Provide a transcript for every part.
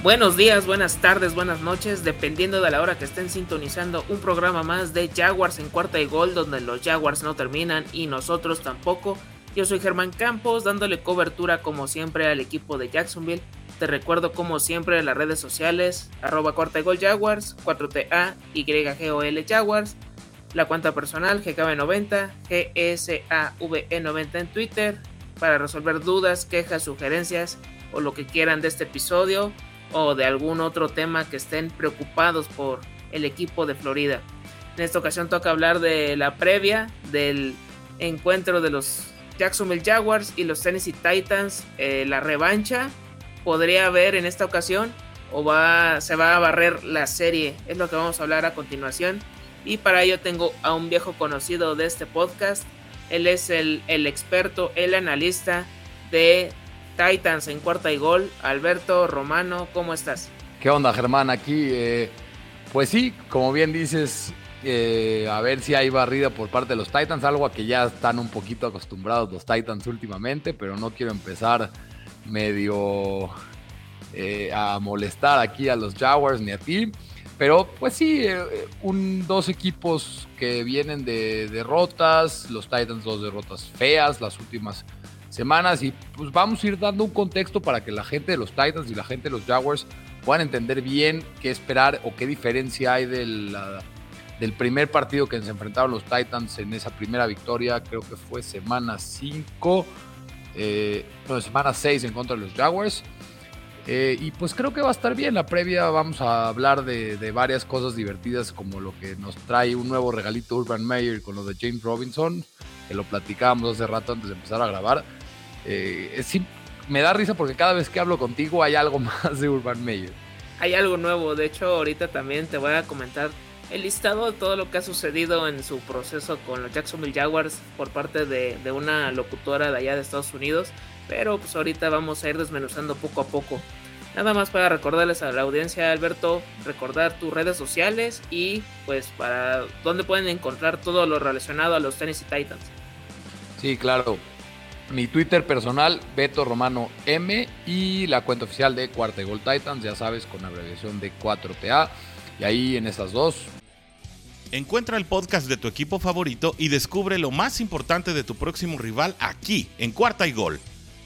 Buenos días, buenas tardes, buenas noches, dependiendo de la hora que estén sintonizando un programa más de Jaguars en cuarta y gol, donde los Jaguars no terminan y nosotros tampoco. Yo soy Germán Campos, dándole cobertura como siempre al equipo de Jacksonville. Te recuerdo como siempre las redes sociales, @cuarta y gol Jaguars, 4TAYGOL Jaguars, la cuenta personal GKB90, GSAVE90 en Twitter, para resolver dudas, quejas, sugerencias o lo que quieran de este episodio o de algún otro tema que estén preocupados por el equipo de Florida. En esta ocasión toca hablar de la previa del encuentro de los Jacksonville Jaguars y los Tennessee Titans, la revancha. Podría haber en esta ocasión o se va a barrer la serie, es lo que vamos a hablar a continuación. Y para ello tengo a un viejo conocido de este podcast. Él es el experto, el analista de Titans en cuarta y gol. Alberto Romano, ¿cómo estás? ¿Qué onda, Germán? Aquí, pues sí, como bien dices, a ver si hay barrida por parte de los Titans, algo a que ya están un poquito acostumbrados los Titans últimamente, pero no quiero empezar medio a molestar aquí a los Jaguars ni a ti. Pero pues sí, dos equipos que vienen de derrotas, los Titans 2 derrotas feas las últimas semanas, y pues vamos a ir dando un contexto para que la gente de los Titans y la gente de los Jaguars puedan entender bien qué esperar o qué diferencia hay del primer partido que se enfrentaron los Titans en esa primera victoria. Creo que fue semana 5, semana 6 en contra de los Jaguars. Y pues creo que va a estar bien la previa. Vamos a hablar de varias cosas divertidas, como lo que nos trae un nuevo regalito Urban Meyer con lo de James Robinson, que lo platicábamos hace rato antes de empezar a grabar. Sí, me da risa porque cada vez que hablo contigo hay algo más de Urban Meyer. Hay algo nuevo, de hecho ahorita también te voy a comentar el listado de todo lo que ha sucedido en su proceso con los Jacksonville Jaguars por parte de una locutora de allá de Estados Unidos, pero pues ahorita vamos a ir desmenuzando poco a poco. Nada más para recordarles a la audiencia, Alberto, recordar tus redes sociales y pues para dónde pueden encontrar todo lo relacionado a los Tennessee Titans. Sí, claro. Mi Twitter personal, Beto Romano M, y la cuenta oficial de Cuarta y Gol Titans, ya sabes, con abreviación de 4TA. Y ahí en esas dos. Encuentra el podcast de tu equipo favorito y descubre lo más importante de tu próximo rival aquí, en Cuarta y Gol.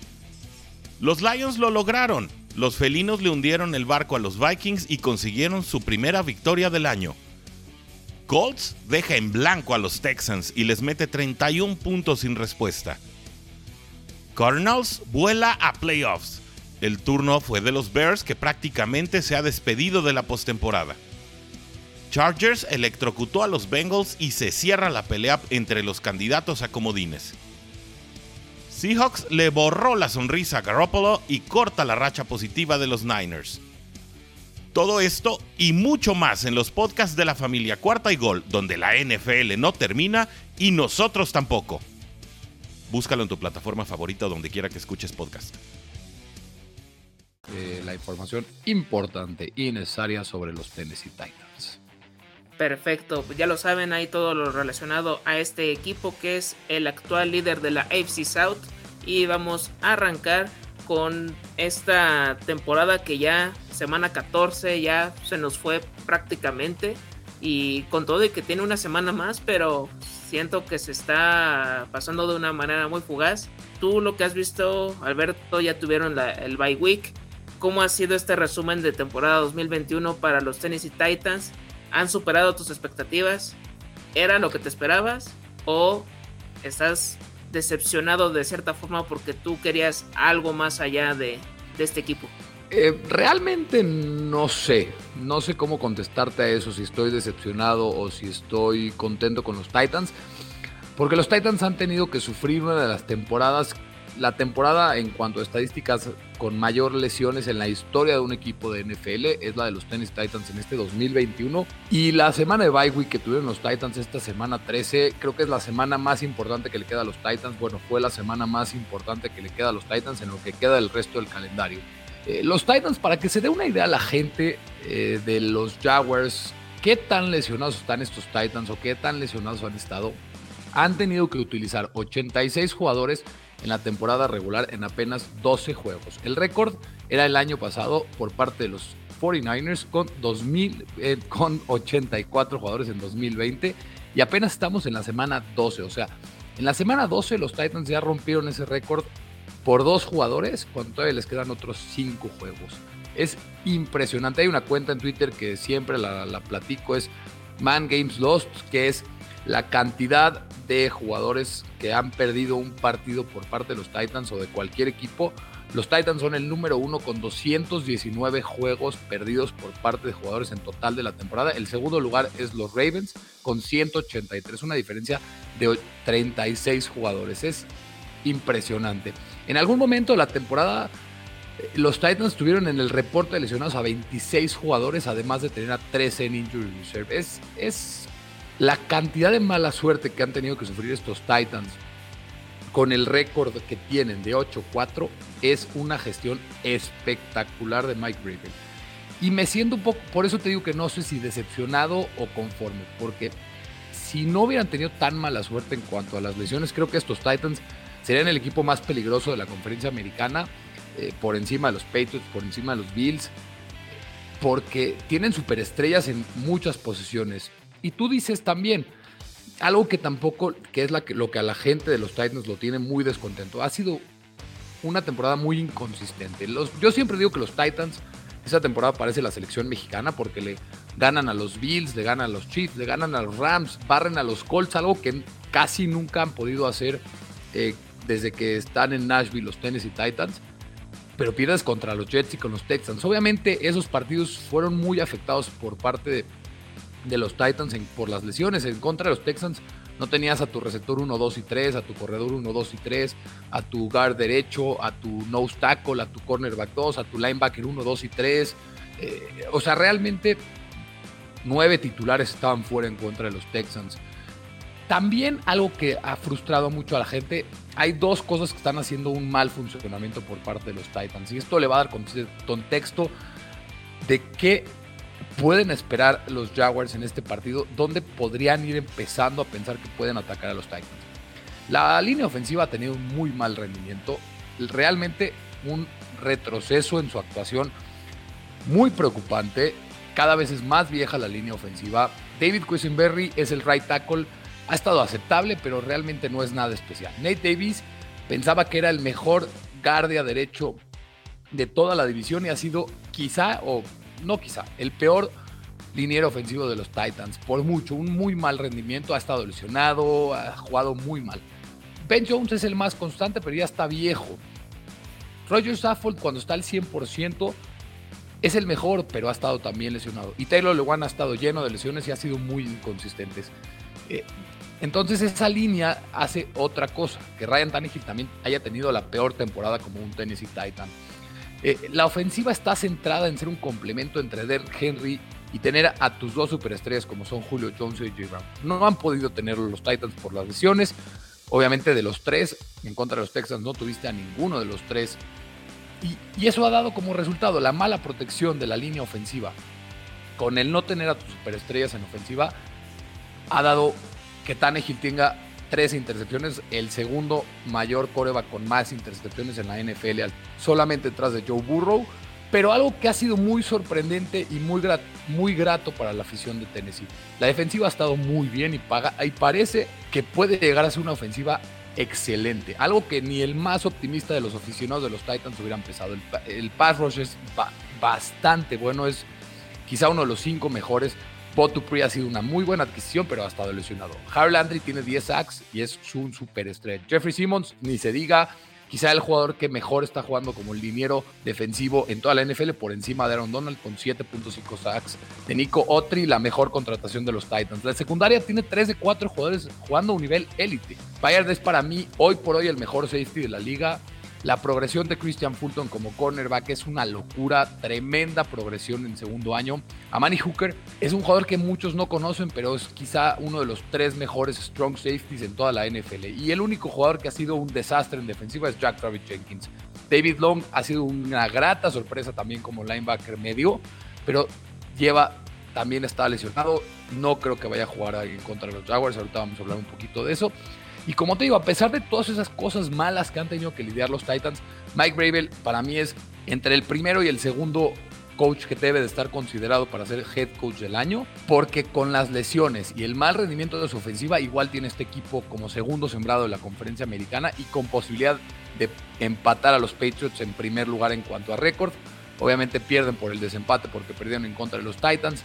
Los Lions lo lograron. Los felinos le hundieron el barco a los Vikings y consiguieron su primera victoria del año. Colts deja en blanco a los Texans y les mete 31 puntos sin respuesta. Cardinals vuela a playoffs. El turno fue de los Bears, que prácticamente se ha despedido de la postemporada. Chargers electrocutó a los Bengals y se cierra la pelea entre los candidatos a comodines. Seahawks le borró la sonrisa a Garoppolo y corta la racha positiva de los Niners. Todo esto y mucho más en los podcasts de la familia Cuarta y Gol, donde la NFL no termina y nosotros tampoco. Búscalo en tu plataforma favorita donde quiera que escuches podcast. La información importante y necesaria sobre los Tennessee Titans. Perfecto, ya lo saben, hay todo lo relacionado a este equipo que es el actual líder de la AFC South, y vamos a arrancar con esta temporada que ya semana 14 ya se nos fue prácticamente, y con todo y que tiene una semana más, pero siento que se está pasando de una manera muy fugaz. Tú, lo que has visto, Alberto, ya tuvieron el bye week. ¿Cómo ha sido este resumen de temporada 2021 para los Tennessee Titans? ¿Han superado tus expectativas? ¿Era lo que te esperabas? ¿O estás decepcionado de cierta forma porque tú querías algo más allá de este equipo? Realmente no sé cómo contestarte a eso, si estoy decepcionado o si estoy contento con los Titans, porque los Titans han tenido que sufrir una de las temporadas, la temporada en cuanto a estadísticas con mayor lesiones en la historia de un equipo de NFL, es la de los Tennessee Titans en este 2021, y la semana de bye week que tuvieron los Titans esta semana 13, creo que es la semana más importante que le queda a los Titans. Bueno, fue la semana más importante que le queda a los Titans en lo que queda del resto del calendario. Los Titans, para que se dé una idea a la gente de los Jaguars, qué tan lesionados están estos Titans o qué tan lesionados han estado, han tenido que utilizar 86 jugadores en la temporada regular en apenas 12 juegos. El récord era el año pasado por parte de los 49ers con 84 jugadores en 2020 y apenas estamos en la semana 12. O sea, en la semana 12 los Titans ya rompieron ese récord por 2 jugadores cuando todavía les quedan otros 5 juegos. Es impresionante. Hay una cuenta en Twitter que siempre la platico, es Man Games Lost, que es la cantidad de jugadores que han perdido un partido por parte de los Titans o de cualquier equipo. Los Titans son el número 1 con 219 juegos perdidos por parte de jugadores en total de la temporada. El segundo lugar es los Ravens con 183, una diferencia de 36 jugadores. Es impresionante. En algún momento de la temporada, los Titans tuvieron en el reporte de lesionados a 26 jugadores, además de tener a 13 en Injury Reserve. Es la cantidad de mala suerte que han tenido que sufrir estos Titans con el récord que tienen de 8-4, es una gestión espectacular de Mike Vrabel. Y me siento un poco, por eso te digo que no sé si decepcionado o conforme, porque si no hubieran tenido tan mala suerte en cuanto a las lesiones, creo que estos Titans serían el equipo más peligroso de la conferencia americana, por encima de los Patriots, por encima de los Bills, porque tienen superestrellas en muchas posiciones. Y tú dices también, algo que tampoco, que es lo que a la gente de los Titans lo tiene muy descontento. Ha sido una temporada muy inconsistente. Yo siempre digo que los Titans, esa temporada parece la selección mexicana porque le ganan a los Bills, le ganan a los Chiefs, le ganan a los Rams, barren a los Colts, algo que casi nunca han podido hacer desde que están en Nashville los Tennessee Titans. Pero pierdes contra los Jets y con los Texans. Obviamente esos partidos fueron muy afectados por parte de los Titans por las lesiones. En contra de los Texans no tenías a tu receptor 1, 2 y 3, a tu corredor 1, 2 y 3, a tu guard derecho, a tu nose tackle, a tu cornerback 2, a tu linebacker 1, 2 y 3. O sea, realmente 9 titulares estaban fuera en contra de los Texans. También algo que ha frustrado mucho a la gente, hay 2 cosas que están haciendo un mal funcionamiento por parte de los Titans. Y esto le va a dar contexto de qué pueden esperar los Jaguars en este partido, donde podrían ir empezando a pensar que pueden atacar a los Titans. La línea ofensiva ha tenido un muy mal rendimiento, realmente un retroceso en su actuación muy preocupante. Cada vez es más vieja la línea ofensiva. David Quessenberry es el right tackle, ha estado aceptable, pero realmente no es nada especial. Nate Davis pensaba que era el mejor guardia derecho de toda la división y ha sido el peor liniero ofensivo de los Titans, por mucho, un muy mal rendimiento, ha estado lesionado, ha jugado muy mal. Ben Jones es el más constante, pero ya está viejo. Roger Saffold, cuando está al 100%, es el mejor, pero ha estado también lesionado. Y Taylor Lewan ha estado lleno de lesiones y ha sido muy inconsistentes. Entonces esa línea hace otra cosa, que Ryan Tannehill también haya tenido la peor temporada como un Tennessee Titan. La ofensiva está centrada en ser un complemento entre Derrick Henry y tener a tus 2 superestrellas como son Julio Jones y AJ Brown. No han podido tenerlo los Titans por las lesiones. Obviamente de los 3, en contra de los Texans no tuviste a ninguno de los 3. Y eso ha dado como resultado la mala protección de la línea ofensiva. Con el no tener a tus superestrellas en ofensiva, ha dado que Tannehill tenga 13 intercepciones, el segundo mayor quarterback con más intercepciones en la NFL, solamente detrás de Joe Burrow. Pero algo que ha sido muy sorprendente y muy grato para la afición de Tennessee. La defensiva ha estado muy bien y parece que puede llegar a ser una ofensiva excelente. Algo que ni el más optimista de los aficionados de los Titans hubieran pensado. El pass rush es bastante bueno, es quizá uno de los 5 mejores. Bud Dupree ha sido una muy buena adquisición, pero ha estado lesionado. Harold Landry tiene 10 sacks y es un superestrella. Jeffrey Simmons, ni se diga, quizá el jugador que mejor está jugando como liniero defensivo en toda la NFL, por encima de Aaron Donald con 7.5 sacks. De Nico Autry, la mejor contratación de los Titans. La secundaria tiene 3 de 4 jugadores jugando a un nivel élite. Bayard es para mí, hoy por hoy, el mejor safety de la liga. La progresión de Christian Fulton como cornerback es una locura, tremenda progresión en segundo año. Amani Hooker es un jugador que muchos no conocen, pero es quizá uno de los 3 mejores strong safeties en toda la NFL. Y el único jugador que ha sido un desastre en defensiva es Jack Travis Jenkins. David Long ha sido una grata sorpresa también como linebacker medio, pero también está lesionado. No creo que vaya a jugar en contra de los Jaguars, ahorita vamos a hablar un poquito de eso. Y como te digo, a pesar de todas esas cosas malas que han tenido que lidiar los Titans, Mike Vrabel para mí es entre el primero y el segundo coach que debe de estar considerado para ser head coach del año, porque con las lesiones y el mal rendimiento de su ofensiva, igual tiene este equipo como segundo sembrado de la conferencia americana y con posibilidad de empatar a los Patriots en primer lugar en cuanto a récord. Obviamente pierden por el desempate porque perdieron en contra de los Titans.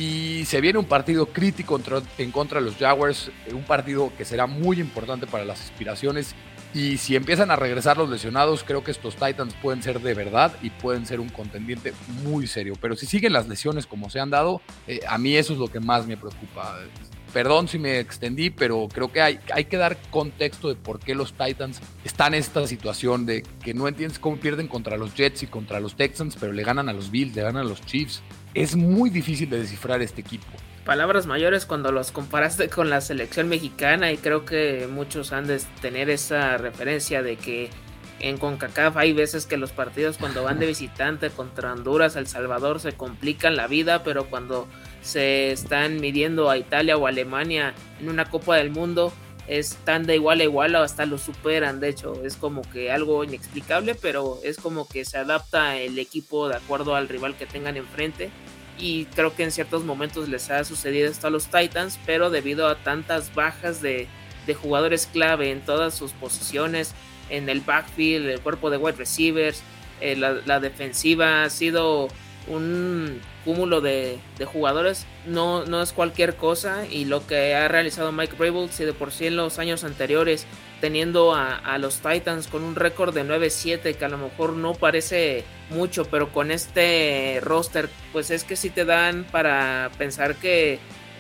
Y se viene un partido crítico en contra de los Jaguars, un partido que será muy importante para las aspiraciones. Y si empiezan a regresar los lesionados, creo que estos Titans pueden ser de verdad y pueden ser un contendiente muy serio. Pero si siguen las lesiones como se han dado, a mí eso es lo que más me preocupa. Perdón si me extendí, pero creo que hay que dar contexto de por qué los Titans están en esta situación de que no entiendes cómo pierden contra los Jets y contra los Texans, pero le ganan a los Bills, le ganan a los Chiefs. Es muy difícil de descifrar este equipo. Palabras mayores cuando los comparaste con la selección mexicana, y creo que muchos han de tener esa referencia de que en CONCACAF hay veces que los partidos cuando van de visitante contra Honduras, El Salvador, se complican la vida, pero cuando se están midiendo a Italia o Alemania en una Copa del Mundo, están de igual a igual o hasta lo superan. De hecho, es como que algo inexplicable, pero es como que se adapta el equipo de acuerdo al rival que tengan enfrente. Y creo que en ciertos momentos les ha sucedido esto a los Titans, pero debido a tantas bajas de jugadores clave en todas sus posiciones, en el backfield, el cuerpo de wide receivers, la defensiva ha sido un cúmulo de jugadores, no es cualquier cosa. Y lo que ha realizado Mike Vrabel, si de por sí en los años anteriores, teniendo a los Titans con un récord de 9-7, que a lo mejor no parece mucho, pero con este roster, pues es que sí te dan para pensar que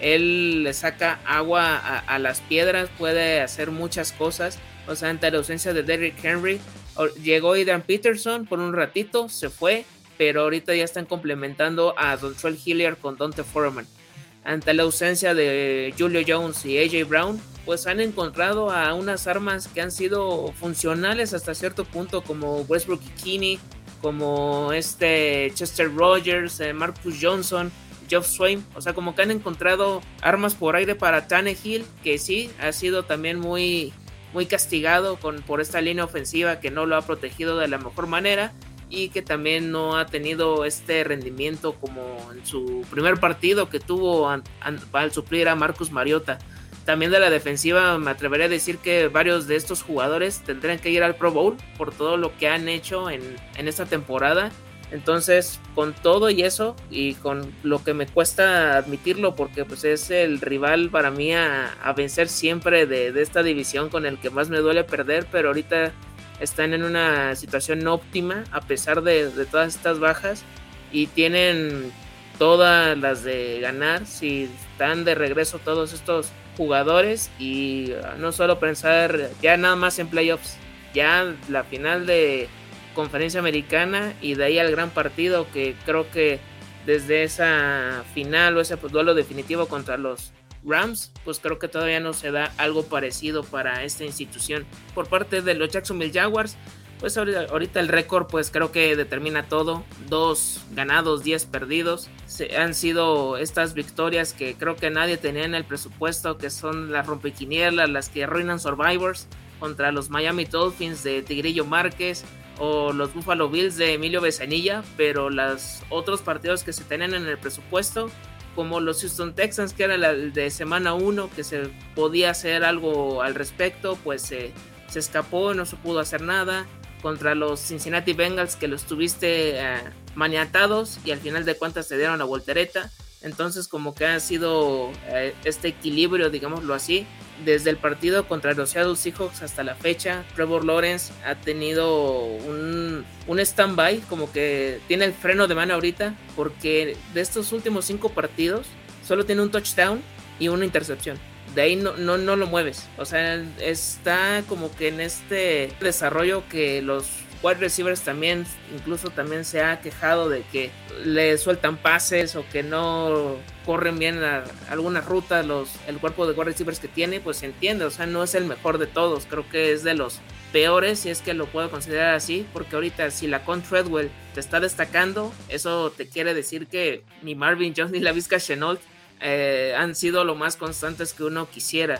él le saca agua a las piedras, puede hacer muchas cosas. O sea, ante la ausencia de Derrick Henry, llegó Adrian Peterson por un ratito, se fue, pero ahorita ya están complementando a Dontrell Hilliard con D'Onta Foreman. Ante la ausencia de Julio Jones y AJ Brown, pues han encontrado a unas armas que han sido funcionales hasta cierto punto, como Westbrook Ikhine, como Chester Rogers, Marcus Johnson, Geoff Swain. O sea, como que han encontrado armas por aire para Tannehill, que sí, ha sido también muy castigado por esta línea ofensiva que no lo ha protegido de la mejor manera, y que también no ha tenido este rendimiento como en su primer partido que tuvo al suplir a Marcus Mariota. También de la defensiva me atrevería a decir que varios de estos jugadores tendrán que ir al Pro Bowl por todo lo que han hecho en esta temporada. Entonces, con todo y eso, y con lo que me cuesta admitirlo, porque pues es el rival para mí a vencer siempre de esta división, con el que más me duele perder, pero ahorita están en una situación óptima a pesar de todas estas bajas, y tienen todas las de ganar si están de regreso todos estos jugadores. Y no solo pensar ya nada más en playoffs, ya la final de conferencia americana y de ahí al gran partido, que creo que desde esa final o ese duelo definitivo contra los Rams, pues creo que todavía no se da algo parecido para esta institución. Por parte de los Jacksonville Jaguars, pues ahorita el récord pues creo que determina todo. 2 ganados, 10 perdidos. Han sido estas victorias que creo que nadie tenía en el presupuesto, que son las rompequinielas, las que arruinan Survivors, contra los Miami Dolphins de Tigrillo Márquez o los Buffalo Bills de Emilio Besanilla. Pero los otros partidos que se tenían en el presupuesto, como los Houston Texans, que era el de semana 1, que se podía hacer algo al respecto, pues se escapó, no se pudo hacer nada. Contra los Cincinnati Bengals, que los tuviste maniatados y al final de cuentas te dieron la voltereta. Entonces como que ha sido este equilibrio, digámoslo así. Desde el partido contra los Seattle Seahawks hasta la fecha, Trevor Lawrence ha tenido un stand-by, como que tiene el freno de mano ahorita, porque de estos últimos 5 partidos solo tiene un touchdown y una intercepción. De ahí no lo mueves. O sea, está como que en este desarrollo que los wide receivers también, incluso también se ha quejado de que le sueltan pases o que no corren bien algunas rutas. El cuerpo de wide receivers que tiene, pues se entiende. O sea, no es el mejor de todos. Creo que es de los peores, si es que lo puedo considerar así, porque ahorita si Laquan Treadwell te está destacando, eso te quiere decir que ni Marvin Jones ni Laviska Shenault han sido lo más constantes que uno quisiera.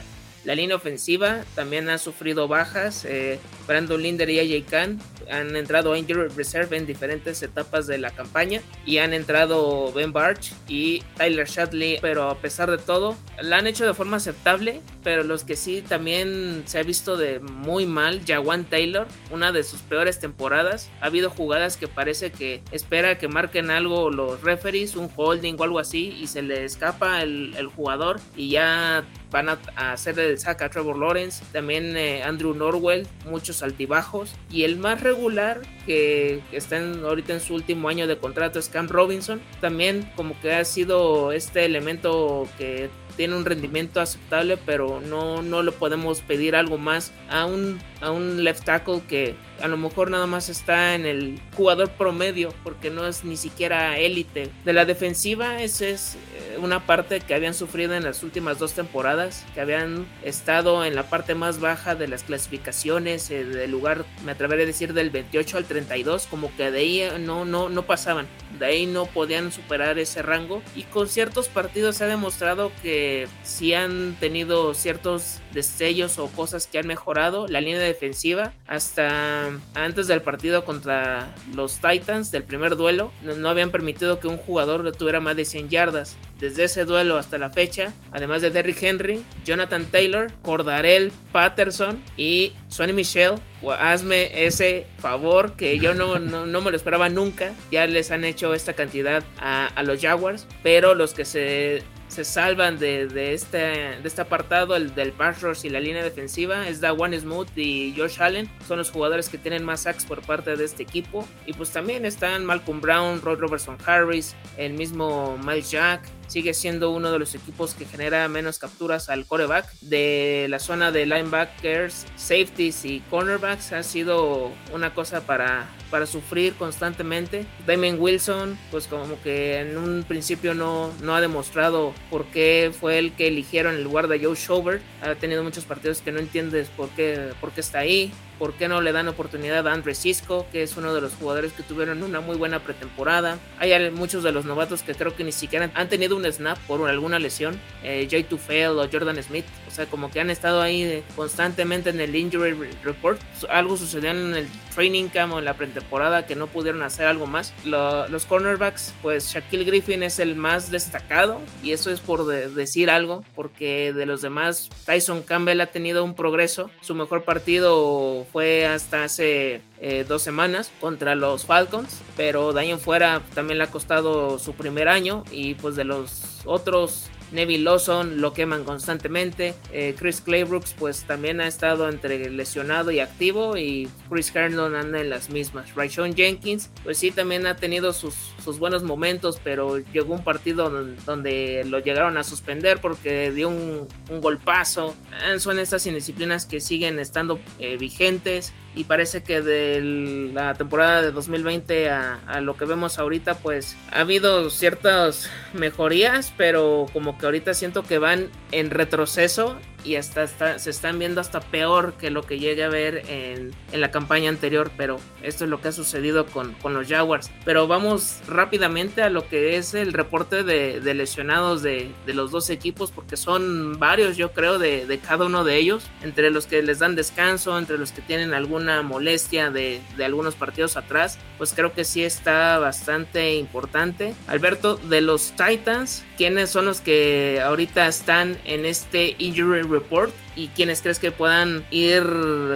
La línea ofensiva también ha sufrido bajas. Brandon Linder y AJ Khan han entrado a Injury Reserve en diferentes etapas de la campaña y han entrado Ben Barch y Tyler Shadley, pero a pesar de todo la han hecho de forma aceptable. Pero los que sí también se ha visto de muy mal, Jawan Taylor, una de sus peores temporadas. Ha habido jugadas que parece que espera que marquen algo los referees, un holding o algo así, y se le escapa el jugador y ya van a hacer el sack a Trevor Lawrence. También Andrew Norwell, muchos altibajos. Y el más regular, que está ahorita en su último año de contrato, es Cam Robinson. También como que ha sido este elemento que tiene un rendimiento aceptable, pero no le podemos pedir algo más a un left tackle que a lo mejor nada más está en el jugador promedio, porque no es ni siquiera élite. De la defensiva, esa es una parte que habían sufrido en las últimas 2 temporadas, que habían estado en la parte más baja de las clasificaciones, del lugar, me atreveré a decir, del 28 al 32, como que de ahí no pasaban, de ahí no podían superar ese rango, y con ciertos partidos se ha demostrado que sí han tenido ciertos destellos o cosas que han mejorado. La línea defensiva, hasta antes del partido contra los Titans, del primer duelo, no habían permitido que un jugador tuviera más de 100 yardas. Desde ese duelo hasta la fecha, además de Derrick Henry, Jonathan Taylor, Cordarrelle Patterson y Sonny Michel, hazme ese favor que yo no me lo esperaba nunca. Ya les han hecho esta cantidad a los Jaguars, pero los que se salvan de este apartado, el del pass rush y la línea defensiva, es Dawan Smoot y Josh Allen. Son los jugadores que tienen más sacks por parte de este equipo. Y pues también están Malcolm Brown, Roy Robertson Harris, el mismo Miles Jack. Sigue siendo uno de los equipos que genera menos capturas al quarterback. De la zona de linebackers, safeties y cornerbacks ha sido una cosa para sufrir constantemente. Damon Wilson, pues como que en un principio no ha demostrado por qué fue el que eligieron en lugar de Joe Schobert. Ha tenido muchos partidos que no entiendes por qué está ahí. ¿Por qué no le dan oportunidad a Andre Cisco, que es uno de los jugadores que tuvieron una muy buena pretemporada? Hay muchos de los novatos que creo que ni siquiera han tenido un snap por alguna lesión. Jay Tufel o Jordan Smith. O sea, como que han estado ahí constantemente en el injury report. Algo sucedió en el training camp o en la pretemporada que no pudieron hacer algo más. Los cornerbacks, pues Shaquille Griffin es el más destacado, y eso es por decir algo, porque de los demás, Tyson Campbell ha tenido un progreso. Su mejor partido fue hasta hace 2 semanas contra los Falcons, pero de ahí en fuera también le ha costado su primer año. Y pues de los otros, Neville Lawson lo queman constantemente. Chris Claybrooks pues también ha estado entre lesionado y activo, y Chris Herndon anda en las mismas. Rayshawn Jenkins pues sí también ha tenido sus buenos momentos, pero llegó un partido donde lo llegaron a suspender porque dio un golpazo. Son estas indisciplinas que siguen estando vigentes, y parece que de la temporada de 2020 a lo que vemos ahorita pues ha habido ciertas mejorías, pero como que ahorita siento que van en retroceso, y hasta se están viendo hasta peor que lo que llegué a ver en la campaña anterior. Pero esto es lo que ha sucedido con los Jaguars. Pero vamos rápidamente a lo que es el reporte de lesionados de los dos equipos, porque son varios, yo creo, de cada uno de ellos, entre los que les dan descanso, entre los que tienen alguna molestia de algunos partidos atrás. Pues creo que sí está bastante importante. Alberto, de los Titans, ¿quiénes son los que ahorita están en este injury report y quiénes crees que puedan ir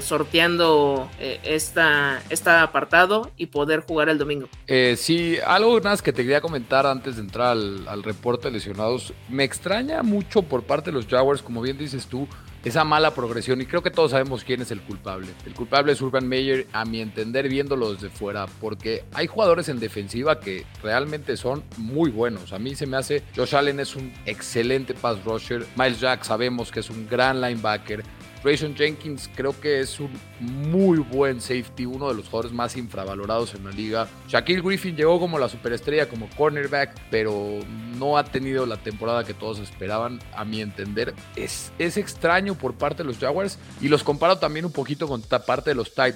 sorteando este apartado y poder jugar el domingo? Sí, algo más que te quería comentar antes de entrar al reporte de lesionados. Me extraña mucho por parte de los Jaguars, como bien dices tú, esa mala progresión, y creo que todos sabemos quién es el culpable. El culpable es Urban Meyer, a mi entender, viéndolo desde fuera, porque hay jugadores en defensiva que realmente son muy buenos. A mí se me hace, Josh Allen es un excelente pass rusher, Miles Jack sabemos que es un gran linebacker, Rayshawn Jenkins creo que es un muy buen safety, uno de los jugadores más infravalorados en la liga. Shaquille Griffin llegó como la superestrella, como cornerback, pero no ha tenido la temporada que todos esperaban, a mi entender. Es extraño por parte de los Jaguars, y los comparo también un poquito con parte de los Titans,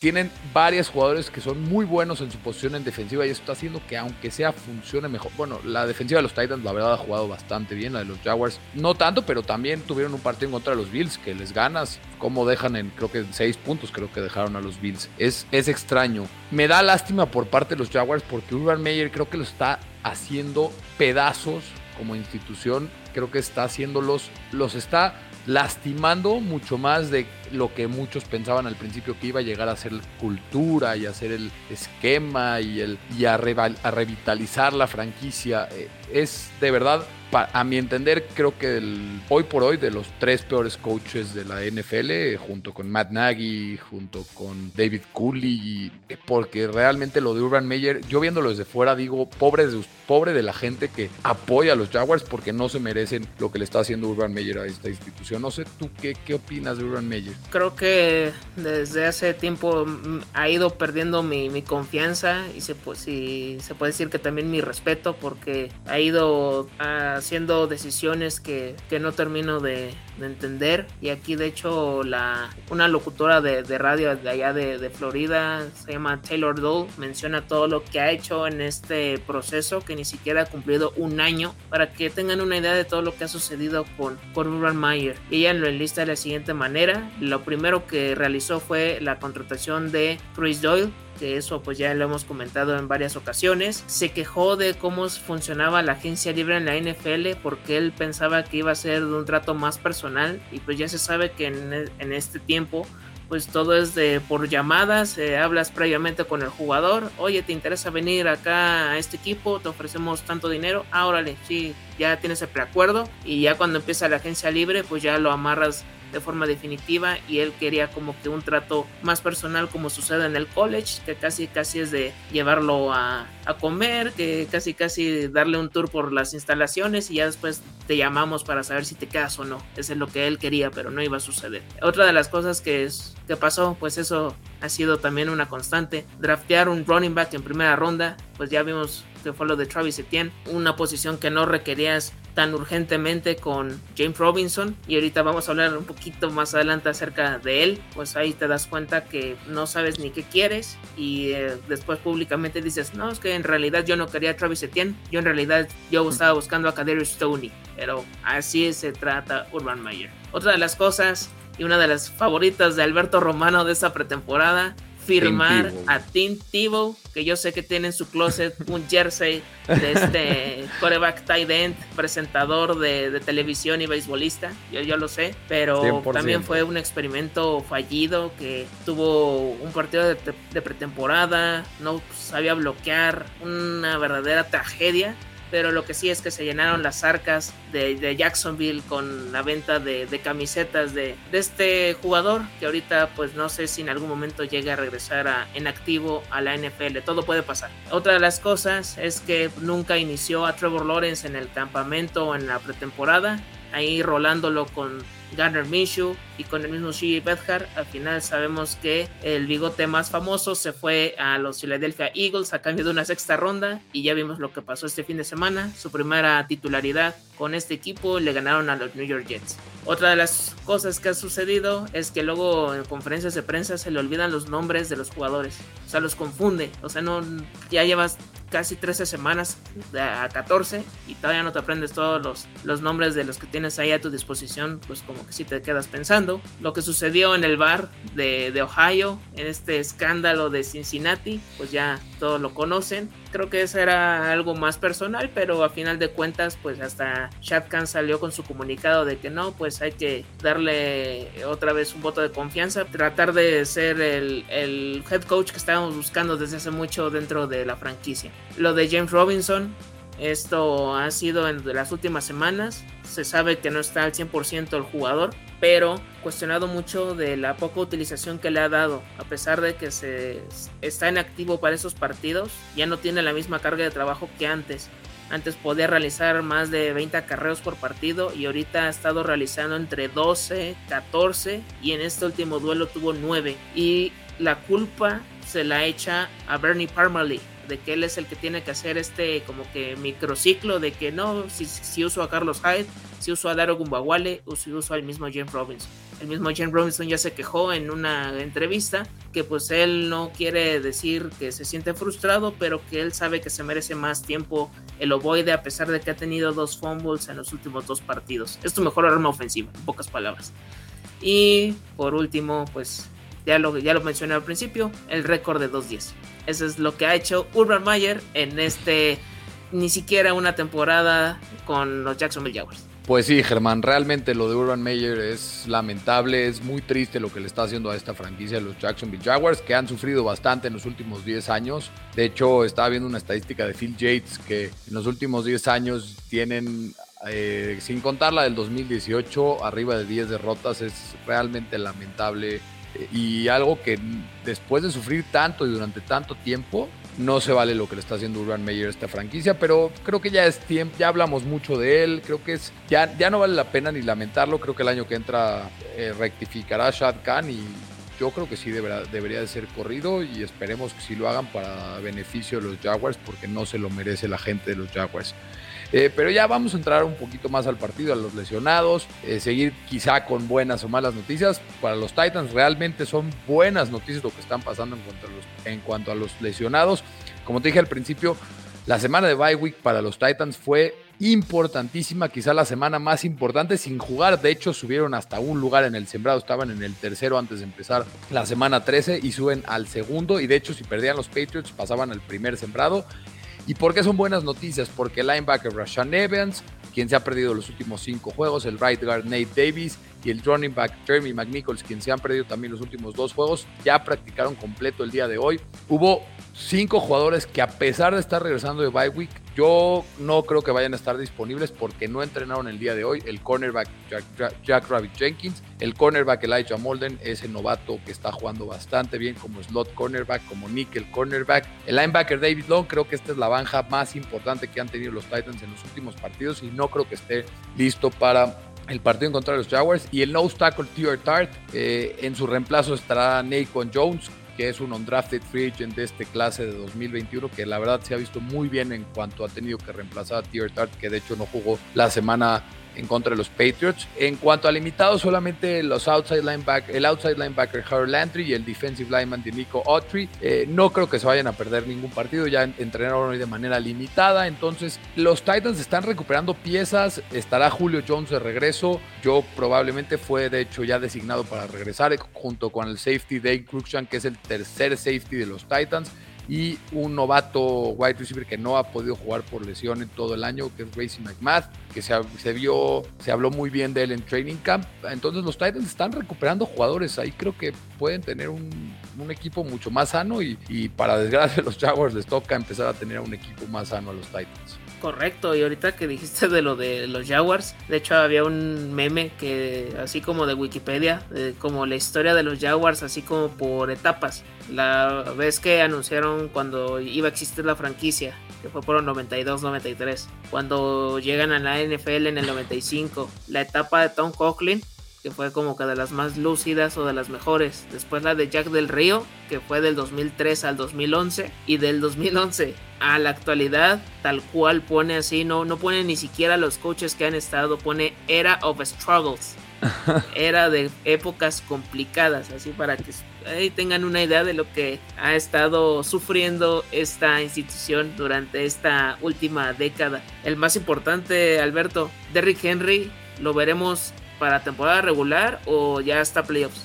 tienen varios jugadores que son muy buenos en su posición en defensiva y eso está haciendo que aunque sea funcione mejor. Bueno, la defensiva de los Titans la verdad ha jugado bastante bien, la de los Jaguars no tanto, pero también tuvieron un partido en contra de los Bills que les ganas, como dejan en creo que 6 puntos creo que dejaron a los Bills. Es extraño. Me da lástima por parte de los Jaguars porque Urban Meyer creo que lo está haciendo pedazos como institución, creo que está haciéndolos, los está lastimando mucho más de lo que muchos pensaban al principio que iba a llegar a ser cultura y a ser el esquema y a revitalizar la franquicia. Es de verdad, a mi entender, creo que hoy por hoy de los 3 peores coaches de la NFL, junto con Matt Nagy, junto con David Cooley, porque realmente lo de Urban Meyer, yo viéndolo desde fuera digo, pobre de la gente que apoya a los Jaguars porque no se merecen lo que le está haciendo Urban Meyer a esta institución. No sé tú qué opinas de Urban Meyer. Creo que desde hace tiempo ha ido perdiendo mi confianza y se puede decir que también mi respeto, porque ha ido haciendo decisiones que no termino de entender. Y aquí de hecho una locutora de radio de allá de Florida, se llama Taylor Dole, menciona todo lo que ha hecho en este proceso, que ni siquiera ha cumplido un año, para que tengan una idea de todo lo que ha sucedido con Urban Meyer. Y ella lo enlista de la siguiente manera: lo primero que realizó fue la contratación de Chris Doyle, que eso pues ya lo hemos comentado en varias ocasiones. Se quejó de cómo funcionaba la agencia libre en la NFL porque él pensaba que iba a ser de un trato más personal, y pues ya se sabe que en este tiempo pues todo es por llamadas, hablas previamente con el jugador, oye, ¿te interesa venir acá a este equipo? Te ofrecemos tanto dinero, órale, sí, ya tienes el preacuerdo, y ya cuando empieza la agencia libre pues ya lo amarras de forma definitiva, y él quería como que un trato más personal, como sucede en el college, que casi es de llevarlo a comer, que casi darle un tour por las instalaciones y ya después te llamamos para saber si te quedas o no. Eso es lo que él quería, pero no iba a suceder. Otra de las cosas que pasó, pues eso ha sido también una constante: draftear un running back en primera ronda. Pues ya vimos que fue lo de Travis Etienne, una posición que no requerías tan urgentemente con James Robinson, y ahorita vamos a hablar un poquito más adelante acerca de él. Pues ahí te das cuenta que no sabes ni qué quieres, y después públicamente dices, no, es que en realidad yo no quería a Travis Etienne, yo estaba buscando a Kadarius Toney. Pero así se trata Urban Meyer. Otra de las cosas, y una de las favoritas de Alberto Romano de esta pretemporada, firmar a Tim Tebow, que yo sé que tiene en su closet un jersey de este quarterback tight end, presentador de televisión y beisbolista, yo lo sé, pero 100%. También fue un experimento fallido, que tuvo un partido de pretemporada, no sabía bloquear, una verdadera tragedia. Pero lo que sí es que se llenaron las arcas de Jacksonville con la venta de camisetas de este jugador, que ahorita pues no sé si en algún momento llegue a regresar en activo a la NFL. Todo puede pasar. Otra de las cosas es que nunca inició a Trevor Lawrence en el campamento o en la pretemporada, ahí rolándolo con Gardner Minshew y con el mismo Shea Bethard. Al final sabemos que el bigote más famoso se fue a los Philadelphia Eagles a cambio de una sexta ronda, y ya vimos lo que pasó este fin de semana. Su primera titularidad con este equipo, le ganaron a los New York Jets. Otra de las cosas que ha sucedido es que luego en conferencias de prensa se le olvidan los nombres de los jugadores, o sea, los confunde. O sea, no, ya llevas casi 13 semanas a 14 y todavía no te aprendes todos los nombres de los que tienes ahí a tu disposición. Pues como que sí te quedas pensando. Lo que sucedió en el bar de Ohio, en este escándalo de Cincinnati, pues ya todos lo conocen. Creo que eso era algo más personal, pero a final de cuentas pues hasta Shad Khan salió con su comunicado de que no, pues hay que darle otra vez un voto de confianza, tratar de ser el head coach que estábamos buscando desde hace mucho dentro de la franquicia. Lo de James Robinson, esto ha sido en las últimas semanas. Se sabe que no está al 100% el jugador, pero cuestionado mucho de la poca utilización que le ha dado. A pesar de que está en activo para esos partidos, ya no tiene la misma carga de trabajo que antes. Antes podía realizar más de 20 acarreos por partido y ahorita ha estado realizando entre 12, 14 y en este último duelo tuvo 9. Y la culpa se la echa a Bernie Parmalee, de que él es el que tiene que hacer como que microciclo, de que no, si uso a Carlos Hyde, si uso a Daro Gumbawale o si uso al mismo James Robinson. El mismo James Robinson ya se quejó en una entrevista que pues él no quiere decir que se siente frustrado, pero que él sabe que se merece más tiempo el ovoide a pesar de que ha tenido 2 fumbles en los últimos 2 partidos. Es tu mejor arma ofensiva, en pocas palabras. Y por último, pues ya lo mencioné al principio, el récord de 2-10. Eso es lo que ha hecho Urban Meyer en ni siquiera una temporada con los Jacksonville Jaguars. Pues sí, Germán, realmente lo de Urban Meyer es lamentable, es muy triste lo que le está haciendo a esta franquicia de los Jacksonville Jaguars, que han sufrido bastante en los últimos 10 años. De hecho, estaba viendo una estadística de Phil Yates que en los últimos 10 años tienen, sin contar la del 2018, arriba de 10 derrotas. Es realmente lamentable y algo que después de sufrir tanto y durante tanto tiempo, no se vale lo que le está haciendo Urban Meyer a esta franquicia, pero creo que ya es tiempo, ya hablamos mucho de él, creo que ya no vale la pena ni lamentarlo. Creo que el año que entra rectificará Shad Khan y yo creo que sí debería de ser corrido, y esperemos que sí lo hagan para beneficio de los Jaguars, porque no se lo merece la gente de los Jaguars. Pero ya vamos a entrar un poquito más al partido, a los lesionados, seguir quizá con buenas o malas noticias. Para los Titans realmente son buenas noticias lo que están pasando en cuanto a los lesionados. Como te dije al principio, la semana de bye week para los Titans fue importantísima, quizá la semana más importante sin jugar. De hecho, subieron hasta un lugar en el sembrado, estaban en el tercero antes de empezar la semana 13 y suben al segundo, y de hecho si perdían los Patriots pasaban al primer sembrado. ¿Y por qué son buenas noticias? Porque el linebacker Rashaan Evans, quien se ha perdido los últimos 5 juegos, el right guard Nate Davis y el running back Jeremy McNichols, quien se han perdido también los últimos 2 juegos, ya practicaron completo el día de hoy. Hubo 5 jugadores que, a pesar de estar regresando de bye week, yo no creo que vayan a estar disponibles porque no entrenaron el día de hoy. El cornerback Jack Rabbit Jenkins, el cornerback Elijah Molden, ese novato que está jugando bastante bien como slot cornerback, como nickel cornerback, el linebacker David Long. Creo que esta es la baja más importante que han tenido los Titans en los últimos partidos y no creo que esté listo para el partido en contra de los Jaguars. Y el nose tackle Teair Tart, en su reemplazo estará Naquan Jones, que es un undrafted free agent de este clase de 2021, que la verdad se ha visto muy bien en cuanto ha tenido que reemplazar a Teair Tart, que de hecho no jugó la semana en contra de los Patriots. En cuanto a limitados, solamente los el outside linebacker Harold Landry y el defensive lineman de Nico Autry. No creo que se vayan a perder ningún partido, ya entrenaron hoy de manera limitada. Entonces los Titans están recuperando piezas, estará Julio Jones de regreso. Yo probablemente fue de hecho ya designado para regresar, junto con el safety Dane Cruikshank, que es el tercer safety de los Titans, y un novato wide receiver que no ha podido jugar por lesión en todo el año, que es Racey McMath, que se habló muy bien de él en training camp. Entonces los Titans están recuperando jugadores, ahí creo que pueden tener un equipo mucho más sano, y para desgracia de los Jaguars les toca empezar a tener un equipo más sano a los Titans. Correcto, y ahorita que dijiste de lo de los Jaguars, de hecho había un meme que, así como de Wikipedia, como la historia de los Jaguars, así como por etapas. La vez que anunciaron cuando iba a existir la franquicia, que fue por el 92-93, cuando llegan a la NFL en el 95, la etapa de Tom Coughlin, que fue como que de las más lúcidas o de las mejores. Después la de Jack Del Río, que fue del 2003 al 2011, y del 2011 a la actualidad, tal cual pone así, no pone ni siquiera los coaches que han estado, pone Era of Struggles, era de épocas complicadas, así para que ahí tengan una idea de lo que ha estado sufriendo esta institución durante esta última década. El más importante, Alberto, Derrick Henry, ¿lo veremos para temporada regular o ya hasta playoffs?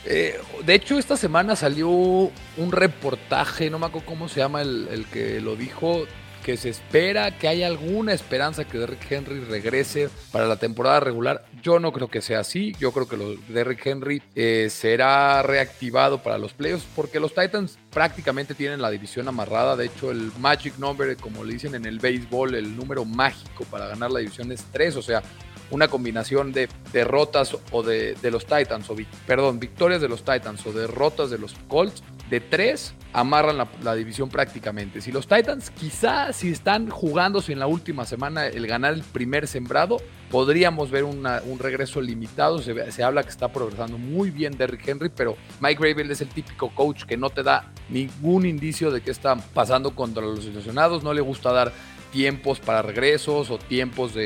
De hecho, esta semana salió un reportaje, no me acuerdo cómo se llama el que lo dijo, que se espera, que hay alguna esperanza que Derrick Henry regrese para la temporada regular. Yo no creo que sea así. Yo creo que Derrick Henry será reactivado para los playoffs, porque los Titans prácticamente tienen la división amarrada. De hecho, el magic number, como le dicen en el béisbol, el número mágico para ganar la división es 3, o sea, una combinación de derrotas o de los Titans, victorias de los Titans o derrotas de los Colts, de 3 amarran la división prácticamente. Si los Titans, quizás si están jugándose en la última semana el ganar el primer sembrado, podríamos ver un regreso limitado. Se habla que está progresando muy bien Derrick Henry, pero Mike Vrabel es el típico coach que no te da ningún indicio de qué está pasando contra los lesionados. No le gusta dar tiempos para regresos o tiempos de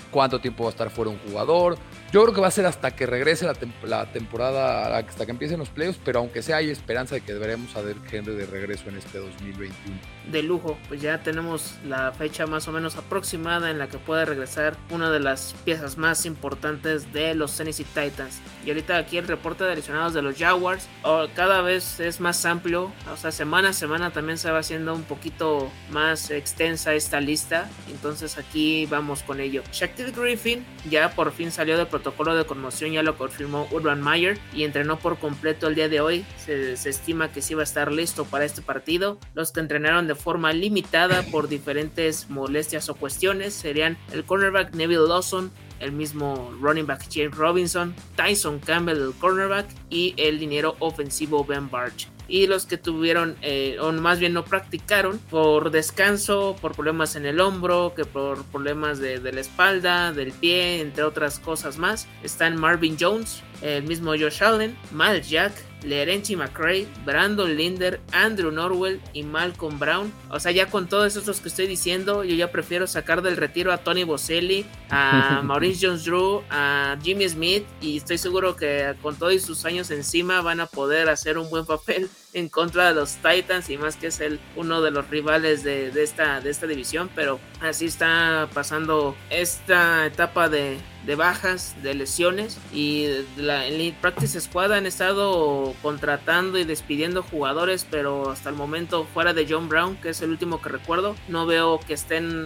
cuánto tiempo va a estar fuera un jugador. Yo creo que va a ser hasta que regrese la temporada, hasta que empiecen los playoffs, pero aunque sea hay esperanza de que veremos a Derrick Henry de regreso en este 2021. De lujo, pues ya tenemos la fecha más o menos aproximada en la que puede regresar una de las piezas más importantes de los Tennessee Titans. Y ahorita aquí el reporte de lesionados de los Jaguars cada vez es más amplio, o sea, semana a semana también se va haciendo un poquito más extensa esta lista, entonces aquí vamos con ello. Shaquille Griffin ya por fin salió del protocolo de conmoción, ya lo confirmó Urban Meyer y entrenó por completo el día de hoy. Se estima que sí va a estar listo para este partido. Los que entrenaron de forma limitada por diferentes molestias o cuestiones serían el cornerback Neville Lawson, el mismo running back James Robinson, Tyson Campbell el cornerback y el liniero ofensivo Ben Barch. Y los que tuvieron, o más bien no practicaron por descanso, por problemas en el hombro, que por problemas de la espalda, del pie, entre otras cosas más, están Marvin Jones, el mismo Josh Allen, Miles Jack, Lerenchi McRae, Brandon Linder, Andrew Norwell y Malcolm Brown. O sea, ya con todos estos que estoy diciendo, yo ya prefiero sacar del retiro a Tony Boselli, a Maurice Jones-Drew, a Jimmy Smith, y estoy seguro que con todos sus años encima van a poder hacer un buen papel en contra de los Titans, y más que es uno de los rivales de esta división. Pero así está pasando esta etapa de bajas, de lesiones, y en el Practice Squad han estado contratando y despidiendo jugadores, pero hasta el momento, fuera de John Brown, que es el último que recuerdo, no veo que estén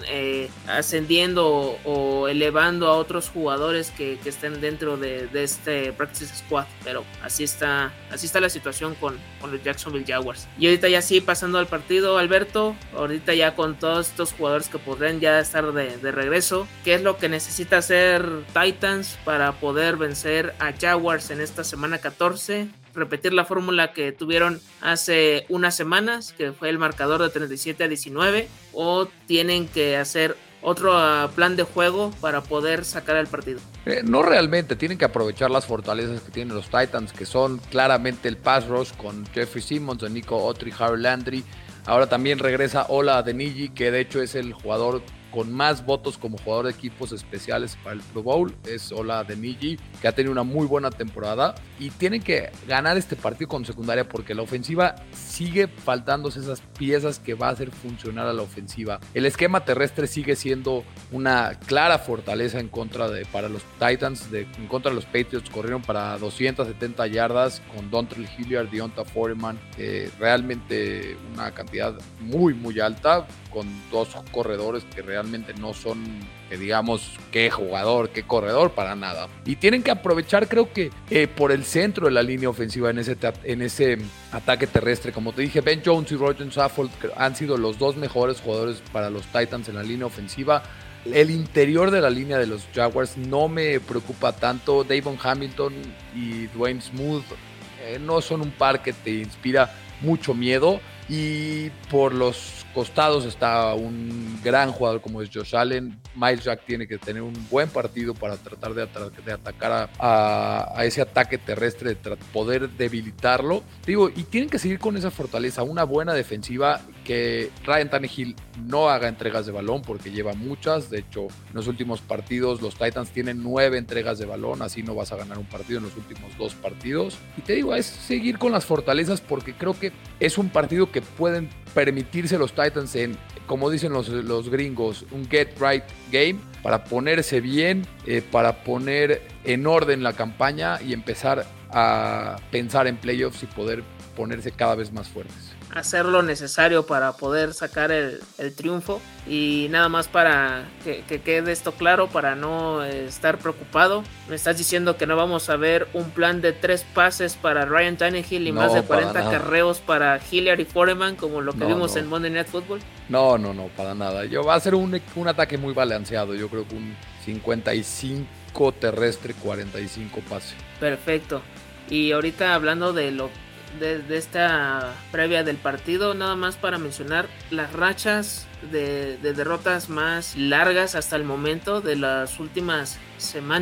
ascendiendo o elevando a otros jugadores que estén dentro de este Practice Squad. Pero así está la situación con los Jacksonville Jaguars. Y ahorita ya sí, pasando al partido, Alberto, ahorita ya con todos estos jugadores que podrían ya estar de regreso, ¿qué es lo que necesita hacer Titans para poder vencer a Jaguars en esta semana 14? Repetir la fórmula que tuvieron hace unas semanas, que fue el marcador de 37-19, o tienen que hacer otro plan de juego para poder sacar el partido. No realmente, tienen que aprovechar las fortalezas que tienen los Titans, que son claramente el pass rush con Jeffrey Simmons, Nico Autry, Harold Landry. Ahora también regresa Ola Adeniji, que de hecho es el jugador con más votos como jugador de equipos especiales para el Pro Bowl. Es Ola Adeniji, que ha tenido una muy buena temporada, y tienen que ganar este partido con secundaria porque la ofensiva sigue faltándose esas piezas que va a hacer funcionar a la ofensiva. El esquema terrestre sigue siendo una clara fortaleza para los Titans. En contra de los Patriots corrieron para 270 yardas con Dontrell Hilliard, Deonta Foreman, realmente una cantidad muy muy alta, con dos corredores que realmente no son, que digamos, qué jugador, qué corredor, para nada. Y tienen que aprovechar, creo que por el centro de la línea ofensiva en ese ataque terrestre. Como te dije, Ben Jones y Roger Saffold han sido los dos mejores jugadores para los Titans en la línea ofensiva. El interior de la línea de los Jaguars no me preocupa tanto. Davon Hamilton y Dwayne Smoot no son un par que te inspira mucho miedo. Y por los costados está un gran jugador como es Josh Allen. Miles Jack tiene que tener un buen partido para tratar de atacar a ese ataque terrestre, de poder debilitarlo. Y tienen que seguir con esa fortaleza, una buena defensiva, que Ryan Tannehill no haga entregas de balón porque lleva muchas. De hecho, en los últimos partidos los Titans tienen 9 entregas de balón, así no vas a ganar un partido en los últimos 2 partidos. Y te digo, es seguir con las fortalezas, porque creo que es un partido que pueden permitirse los Titans en, como dicen los gringos, un get right game, para ponerse bien, para poner en orden la campaña y empezar a pensar en playoffs y poder ponerse cada vez más fuertes. Hacer lo necesario para poder sacar el triunfo. Y nada más para que quede esto claro, para no estar preocupado, me estás diciendo que no vamos a ver un plan de 3 pases para Ryan Tannehill y más de 40 carreos para Hilliard y Foreman, como lo que vimos en Monday Night Football. No, para nada. Va a ser un ataque muy balanceado. Yo creo que un 55 terrestre, 45 pase. Perfecto. Y ahorita hablando de esta previa del partido, nada más para mencionar las rachas de derrotas más largas hasta el momento de las últimas semanas.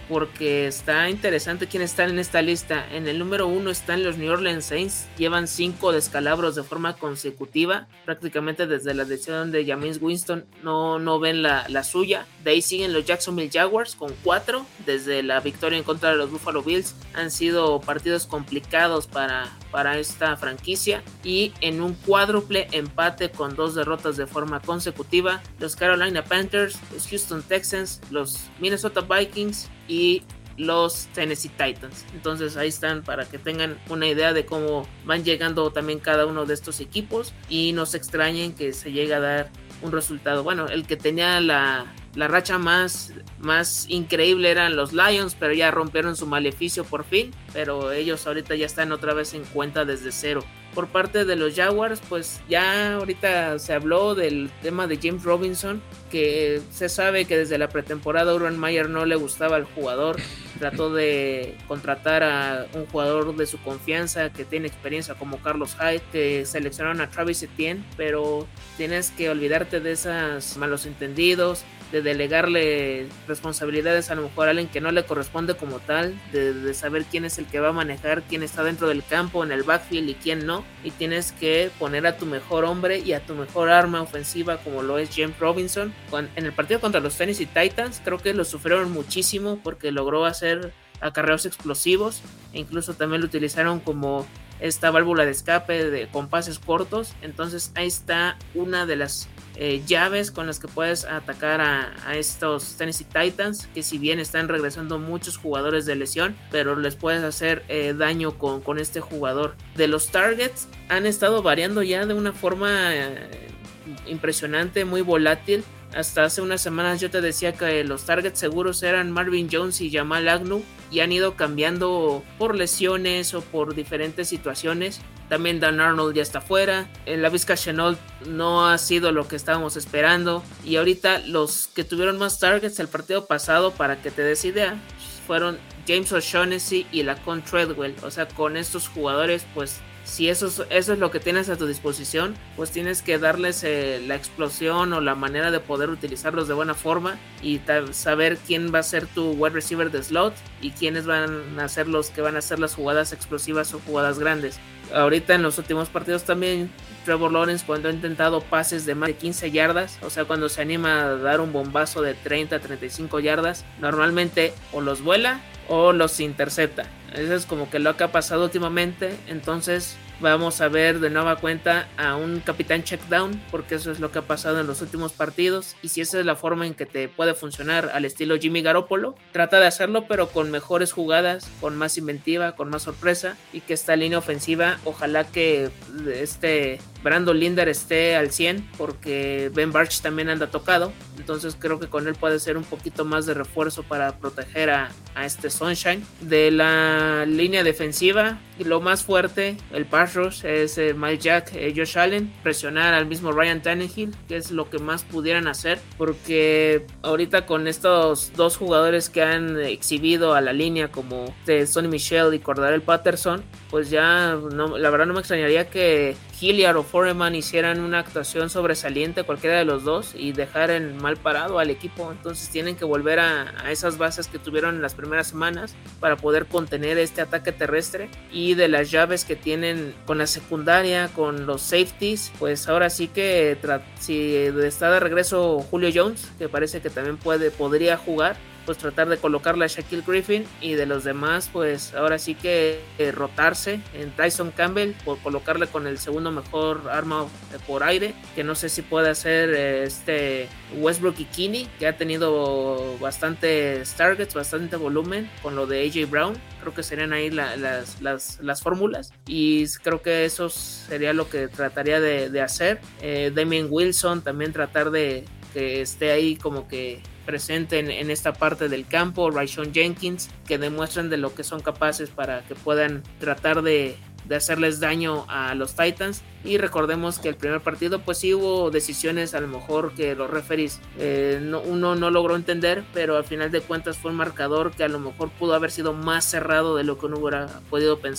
porque está interesante quiénes están en esta lista. En el número 1 están los New Orleans Saints, llevan 5 descalabros de forma consecutiva, prácticamente desde la decisión de Jameis Winston no ven la suya. De ahí siguen los Jacksonville Jaguars con 4, desde la victoria en contra de los Buffalo Bills. Han sido partidos complicados para esta franquicia, y en un cuádruple empate con 2 derrotas de forma consecutiva, los Carolina Panthers, los Houston Texans, los Minnesota Vikings y los Tennessee Titans. Entonces ahí están para que tengan una idea de cómo van llegando también cada uno de estos equipos, y no se extrañen que se llegue a dar un resultado. Bueno, el que tenía la racha más increíble eran los Lions, pero ya rompieron su maleficio por fin, pero ellos ahorita ya están otra vez en cuenta desde cero. Por parte de los Jaguars, pues ya ahorita se habló del tema de James Robinson, que se sabe que desde la pretemporada Urban Meyer no le gustaba al jugador, trató de contratar a un jugador de su confianza que tiene experiencia como Carlos Hyde, que seleccionaron a Travis Etienne, pero tienes que olvidarte de esos malos entendidos, de delegarle responsabilidades a lo mejor a alguien que no le corresponde como tal, de saber quién es el que va a manejar, quién está dentro del campo, en el backfield y quién no, y tienes que poner a tu mejor hombre y a tu mejor arma ofensiva como lo es James Robinson. En el partido contra los Tennessee Titans creo que lo sufrieron muchísimo porque logró hacer acarreos explosivos, e incluso también lo utilizaron como esta válvula de escape con pases cortos. Entonces ahí está una de las llaves con las que puedes atacar a estos Tennessee Titans, que si bien están regresando muchos jugadores de lesión, pero les puedes hacer daño con este jugador. De los targets han estado variando ya de una forma impresionante, muy volátil. Hasta hace unas semanas yo te decía que los targets seguros eran Marvin Jones y Jamal Agnew, y han ido cambiando por lesiones o por diferentes situaciones. También Dan Arnold ya está fuera, Laviska Shenault no ha sido lo que estábamos esperando, y ahorita los que tuvieron más targets el partido pasado, para que te des idea, fueron James O'Shaughnessy y Laquan Treadwell. O sea, con estos jugadores, pues si eso es lo que tienes a tu disposición, pues tienes que darles la explosión o la manera de poder utilizarlos de buena forma, y saber quién va a ser tu wide receiver de slot y quiénes van a ser los que van a hacer las jugadas explosivas o jugadas grandes. Ahorita en los últimos partidos también Trevor Lawrence, cuando ha intentado pases de más de 15 yardas, o sea, cuando se anima a dar un bombazo de 30 a 35 yardas, normalmente o los vuela o los intercepta. Eso es como que lo que ha pasado últimamente. Entonces vamos a ver de nueva cuenta a un capitán checkdown, porque eso es lo que ha pasado en los últimos partidos, y si esa es la forma en que te puede funcionar al estilo Jimmy Garoppolo, trata de hacerlo, pero con mejores jugadas, con más inventiva, con más sorpresa, y que esta línea ofensiva, ojalá que Brandon Linder esté al 100, porque Ben Bartch también anda tocado. Entonces creo que con él puede ser un poquito más de refuerzo para proteger a este Sunshine. De la línea defensiva, lo más fuerte, el pass rush, es Miles Jack, Josh Allen, presionar al mismo Ryan Tannehill, que es lo que más pudieran hacer, porque ahorita con estos dos jugadores que han exhibido a la línea, como Sonny Michel y Cordarrelle Patterson, pues ya la verdad no me extrañaría que Hilliard o Foreman hicieran una actuación sobresaliente, cualquiera de los dos, y dejar en mal parado al equipo. Entonces tienen que volver a esas bases que tuvieron en las primeras semanas para poder contener este ataque terrestre. Y de las llaves que tienen con la secundaria, con los safeties, pues ahora sí que si está de regreso Julio Jones, que parece que también podría jugar, pues tratar de colocarle a Shaquille Griffin, y de los demás pues ahora sí que rotarse en Tyson Campbell, por colocarle con el segundo mejor arma por aire, que no sé si puede hacer Westbrook y Kinney, que ha tenido bastantes targets, bastante volumen con lo de AJ Brown. Creo que serían ahí las fórmulas, y creo que eso sería lo que trataría de hacer. Damien Wilson también tratar de que esté ahí como que presente en esta parte del campo. Rayshawn Jenkins, que demuestran de lo que son capaces para que puedan tratar de hacerles daño a los Titans. Y recordemos que el primer partido pues sí hubo decisiones a lo mejor que los referees uno no logró entender, pero al final de cuentas fue un marcador que a lo mejor pudo haber sido más cerrado de lo que uno hubiera podido pensar.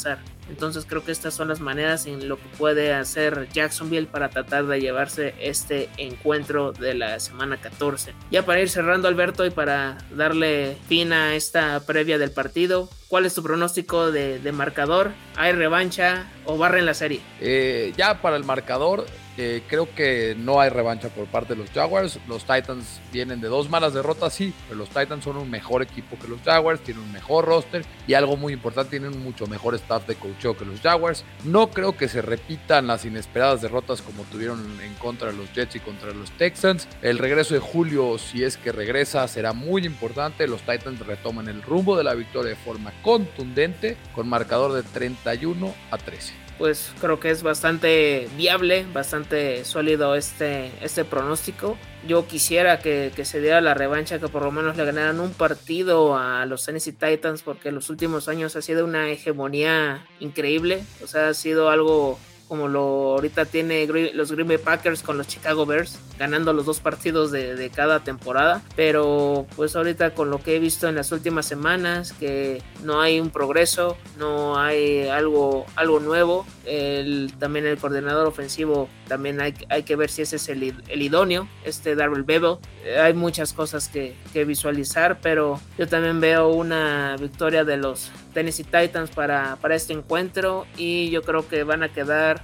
Entonces creo que estas son las maneras en lo que puede hacer Jacksonville para tratar de llevarse este encuentro de la semana 14. Ya para ir cerrando, Alberto, y para darle fin a esta previa del partido, ¿cuál es tu pronóstico de marcador? ¿Hay revancha o barren la serie? Ya para el marcador, creo que no hay revancha por parte de los Jaguars. Los Titans vienen de 2 malas derrotas, sí, pero los Titans son un mejor equipo que los Jaguars, tienen un mejor roster y algo muy importante, tienen un mucho mejor staff de coacheo que los Jaguars. No creo que se repitan las inesperadas derrotas como tuvieron en contra de los Jets y contra los Texans. El regreso de Julio, si es que regresa, será muy importante. Los Titans retoman el rumbo de la victoria de forma contundente con marcador de 31-13. Pues creo que es bastante viable, bastante sólido este pronóstico. Yo quisiera que se diera la revancha, que por lo menos le ganaran un partido a los Tennessee Titans, porque en los últimos años ha sido una hegemonía increíble. O sea, ha sido algo como lo ahorita tiene los Green Bay Packers con los Chicago Bears, ganando los 2 partidos de cada temporada. Pero pues ahorita con lo que he visto en las últimas semanas, que no hay un progreso, no hay algo nuevo. También el coordinador ofensivo, también hay que ver si ese es el idóneo, Darrell Bevell. Hay muchas cosas que visualizar, pero yo también veo una victoria de los Tennessee Titans para este encuentro, y yo creo que van a quedar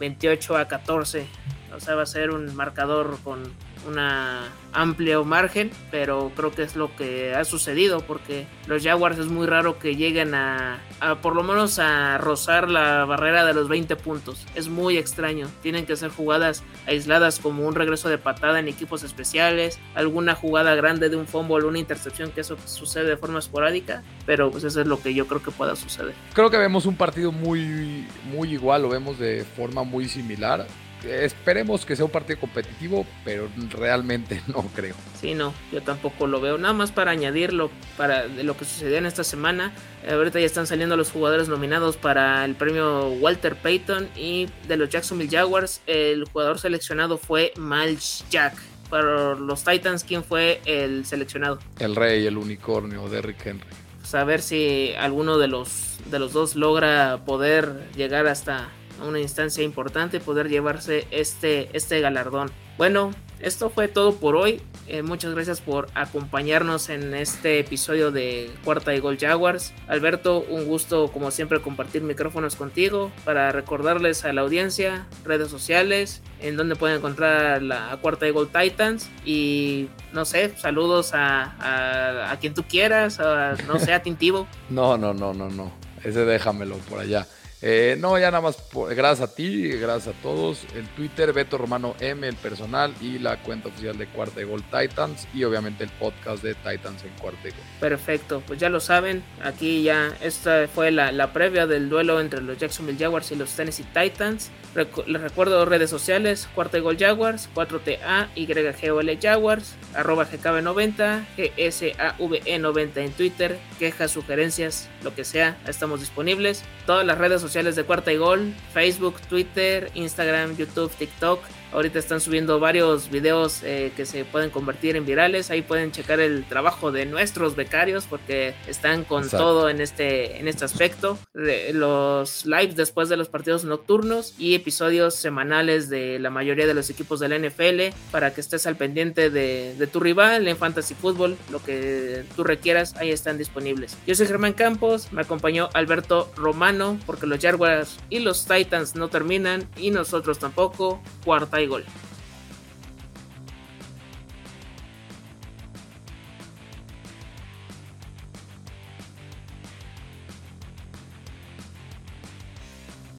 28-14. O sea, va a ser un marcador con una amplio margen, pero creo que es lo que ha sucedido, porque los Jaguars es muy raro que lleguen a por lo menos a rozar la barrera de los 20 puntos. Es muy extraño. Tienen que ser jugadas aisladas, como un regreso de patada en equipos especiales, alguna jugada grande de un fumble, una intercepción, que eso sucede de forma esporádica, pero pues eso es lo que yo creo que pueda suceder. Creo que vemos un partido muy igual, lo vemos de forma muy similar. Esperemos que sea un partido competitivo, pero realmente no creo. Sí, no, yo tampoco lo veo. Nada más para añadirlo de lo que sucedió en esta semana. Ahorita ya están saliendo los jugadores nominados para el premio Walter Payton, y de los Jacksonville Jaguars el jugador seleccionado fue Miles Jack. Para los Titans, ¿quién fue el seleccionado? El rey, el unicornio, Derrick Henry. Pues a ver si alguno de los dos logra poder llegar hasta a una instancia importante y poder llevarse este galardón. Bueno, esto fue todo por hoy. Muchas gracias por acompañarnos en este episodio de Cuarta y Gol Jaguars. Alberto, un gusto como siempre compartir micrófonos contigo, para recordarles a la audiencia redes sociales en donde pueden encontrar a Cuarta y Gol Titans, y no sé, saludos a quien tú quieras, no sé, a Tintivo. No, ese déjamelo por allá. No, ya nada más, gracias a ti, gracias a todos. El Twitter, Beto Romano M, el personal, y la cuenta oficial de Cuarta y Gol Titans, y obviamente el podcast de Titans en Cuarta y Gol. Perfecto, pues ya lo saben, aquí ya esta fue la previa del duelo entre los Jacksonville Jaguars y los Tennessee Titans. Les recuerdo redes sociales: Cuarta y Gol Jaguars, 4TAYGOL Jaguars, @GKB90, GSAVE90 en Twitter. Quejas, sugerencias, lo que sea, estamos disponibles. Todas las redes sociales de Cuarta y Gol: Facebook, Twitter, Instagram, YouTube, TikTok. Ahorita están subiendo varios videos que se pueden convertir en virales. Ahí pueden checar el trabajo de nuestros becarios, porque están con Exacto. todo en este aspecto. Los lives después de los partidos nocturnos y episodios semanales de la mayoría de los equipos de la NFL, para que estés al pendiente de tu rival en Fantasy Football. Lo que tú requieras, ahí están disponibles. Yo soy Germán Campos, me acompañó Alberto Romano, porque los Jaguars y los Titans no terminan, y nosotros tampoco. Cuarta y Gol.